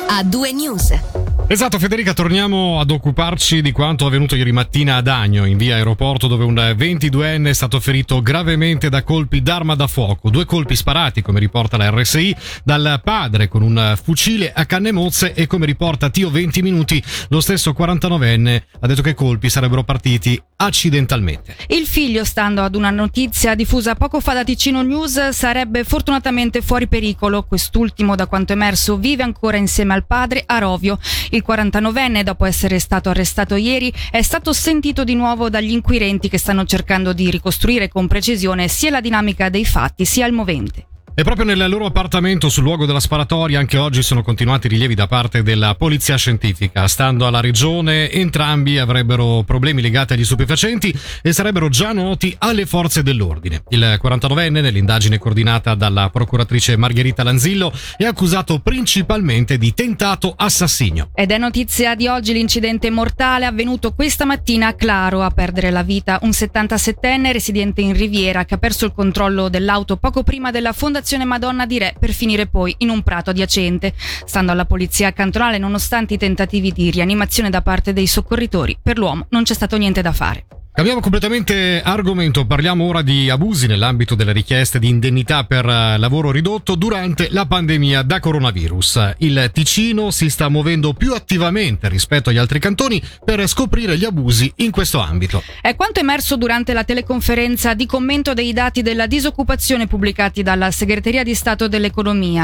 A2 News. Esatto, Federica, torniamo ad occuparci di quanto avvenuto ieri mattina ad Agno, in via Aeroporto, dove un 22enne è stato ferito gravemente da colpi d'arma da fuoco. 2 colpi sparati, come riporta la RSI, dal padre con un fucile a canne mozze e, come riporta Tio 20 Minuti, lo stesso 49enne ha detto che i colpi sarebbero partiti accidentalmente. Il figlio, stando ad una notizia diffusa poco fa da Ticino News, sarebbe fortunatamente fuori pericolo. Quest'ultimo, da quanto emerso, vive ancora insieme al padre a Rovio. Il 49enne, dopo essere stato arrestato ieri, è stato sentito di nuovo dagli inquirenti che stanno cercando di ricostruire con precisione sia la dinamica dei fatti sia il movente. E proprio nel loro appartamento, sul luogo della sparatoria, anche oggi sono continuati rilievi da parte della polizia scientifica. Stando alla regione, entrambi avrebbero problemi legati agli stupefacenti e sarebbero già noti alle forze dell'ordine. Il 49enne, nell'indagine coordinata dalla procuratrice Margherita Lanzillo, è accusato principalmente di tentato assassinio. Ed è notizia di oggi l'incidente mortale avvenuto questa mattina a Claro. A perdere la vita un 77enne residente in Riviera che ha perso il controllo dell'auto poco prima della Fondazione Madonna di Re per finire poi in un prato adiacente. Stando alla polizia cantonale, nonostante i tentativi di rianimazione da parte dei soccorritori, per l'uomo non c'è stato niente da fare. Cambiamo completamente argomento, parliamo ora di abusi nell'ambito delle richieste di indennità per lavoro ridotto durante la pandemia da coronavirus. Il Ticino si sta muovendo più attivamente rispetto agli altri cantoni per scoprire gli abusi in questo ambito. È quanto emerso durante la teleconferenza di commento dei dati della disoccupazione pubblicati dalla Segreteria di Stato dell'Economia.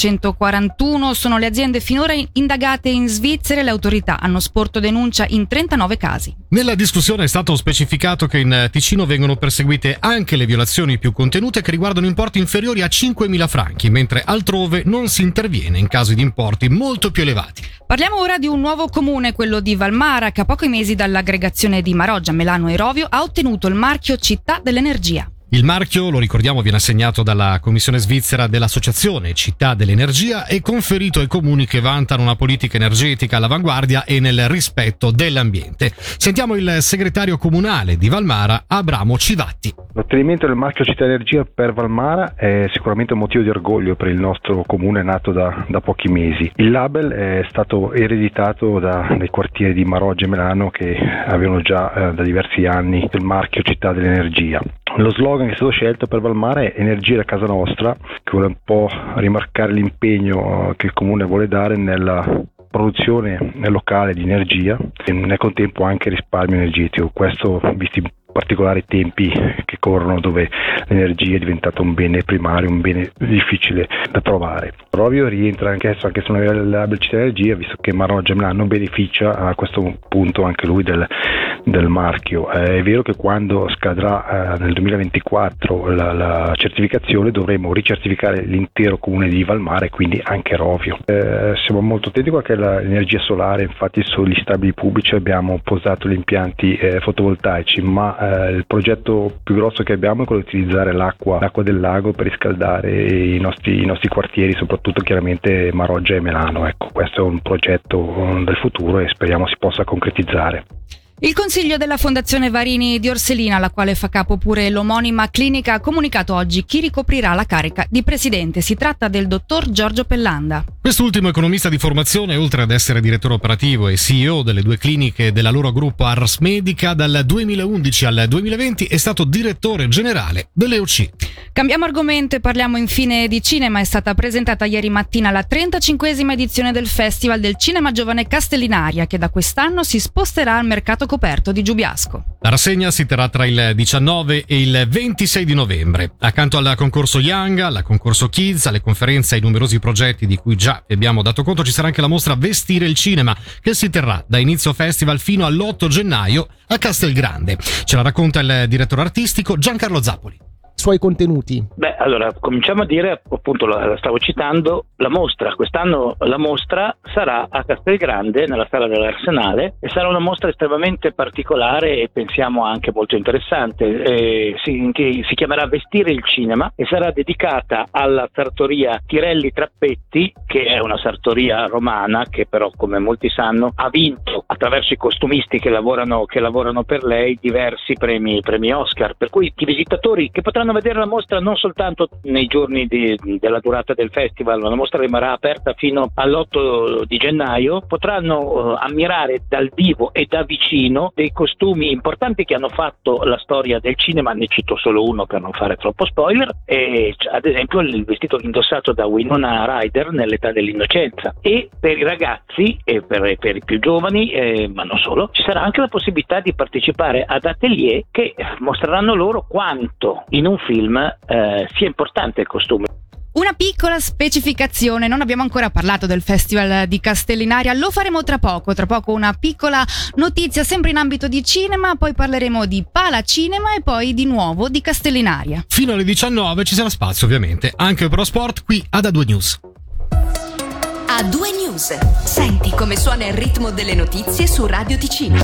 441 sono le aziende finora indagate in Svizzera e le autorità hanno sporto denuncia in 39 casi. Nella discussione è stato specificato che in Ticino vengono perseguite anche le violazioni più contenute che riguardano importi inferiori a 5.000 franchi, mentre altrove non si interviene in caso di importi molto più elevati. Parliamo ora di un nuovo comune, quello di Valmara, che a pochi mesi dall'aggregazione di Maroggia, Melano e Rovio ha ottenuto il marchio Città dell'Energia. Il marchio, lo ricordiamo, viene assegnato dalla Commissione svizzera dell'Associazione Città dell'Energia e conferito ai comuni che vantano una politica energetica all'avanguardia e nel rispetto dell'ambiente. Sentiamo il segretario comunale di Valmara, Abramo Civatti. L'ottenimento del marchio Città Energia per Valmara è sicuramente un motivo di orgoglio per il nostro comune nato da pochi mesi. Il label è stato ereditato dai quartieri di Maroggia e Melano che avevano già da diversi anni il marchio Città dell'Energia. Lo slogan che è stato scelto per Valmara è Energia da casa nostra, che vuole un po' rimarcare l'impegno che il comune vuole dare nella produzione locale di energia e nel contempo anche risparmio energetico. Questo visti particolari tempi che corrono, dove l'energia è diventata un bene primario, un bene difficile da trovare. Rovio rientra anche se non aveva il label Città Energia, visto che Maroggia e Milano beneficia a questo punto anche lui del marchio. È vero che quando scadrà nel 2024 la certificazione dovremo ricertificare l'intero comune di Valmara e quindi anche Rovio. Siamo molto attenti a che l'energia solare, infatti sugli stabili pubblici abbiamo posato gli impianti fotovoltaici, ma il progetto più grosso che abbiamo è quello di utilizzare l'acqua del lago per riscaldare i nostri quartieri, soprattutto chiaramente Maroggia e Melano. Ecco, questo è un progetto del futuro e speriamo si possa concretizzare. Il consiglio della Fondazione Varini di Orselina, alla quale fa capo pure l'omonima clinica, ha comunicato oggi chi ricoprirà la carica di presidente. Si tratta del dottor Giorgio Pellanda. Quest'ultimo economista di formazione, oltre ad essere direttore operativo e CEO delle 2 cliniche della loro gruppo Ars Medica, dal 2011 al 2020 è stato direttore generale dell'EOC. Cambiamo argomento e parliamo infine di cinema. È stata presentata ieri mattina la 35esima edizione del Festival del Cinema Giovane Castellinaria, che da quest'anno si sposterà al mercato coperto di Giubiasco. La rassegna si terrà tra il 19 e il 26 di novembre. Accanto al concorso Young, al concorso Kids, alle conferenze e ai numerosi progetti di cui già vi abbiamo dato conto, ci sarà anche la mostra Vestire il Cinema, che si terrà da inizio festival fino all'8 gennaio a Castelgrande. Ce la racconta il direttore artistico Giancarlo Zappoli. Suoi contenuti? Allora, cominciamo a dire, appunto, la stavo citando, la mostra. Quest'anno la mostra sarà a Castelgrande, nella sala dell'Arsenale, e sarà una mostra estremamente particolare e pensiamo anche molto interessante. Si chiamerà Vestire il Cinema e sarà dedicata alla sartoria Tirelli Trappetti, che è una sartoria romana che però, come molti sanno, ha vinto attraverso i costumisti che lavorano per lei diversi premi Oscar, per cui i visitatori che potranno vedere la mostra non soltanto nei giorni della durata del festival, la mostra rimarrà aperta fino all'8 di gennaio, potranno ammirare dal vivo e da vicino dei costumi importanti che hanno fatto la storia del cinema. Ne cito solo uno per non fare troppo spoiler, e ad esempio il vestito indossato da Winona Ryder nell'età dell'innocenza. E per i ragazzi e per i più giovani, ma non solo, ci sarà anche la possibilità di partecipare ad atelier che mostreranno loro quanto in un film sia importante il costume. Una piccola specificazione, non abbiamo ancora parlato del Festival di Castellinaria, lo faremo tra poco una piccola notizia sempre in ambito di cinema, poi parleremo di Palacinema e poi di nuovo di Castellinaria. Fino alle 19 ci sarà spazio ovviamente anche per lo sport qui ad A2 News. A2 News, senti come suona il ritmo delle notizie su Radio Ticino.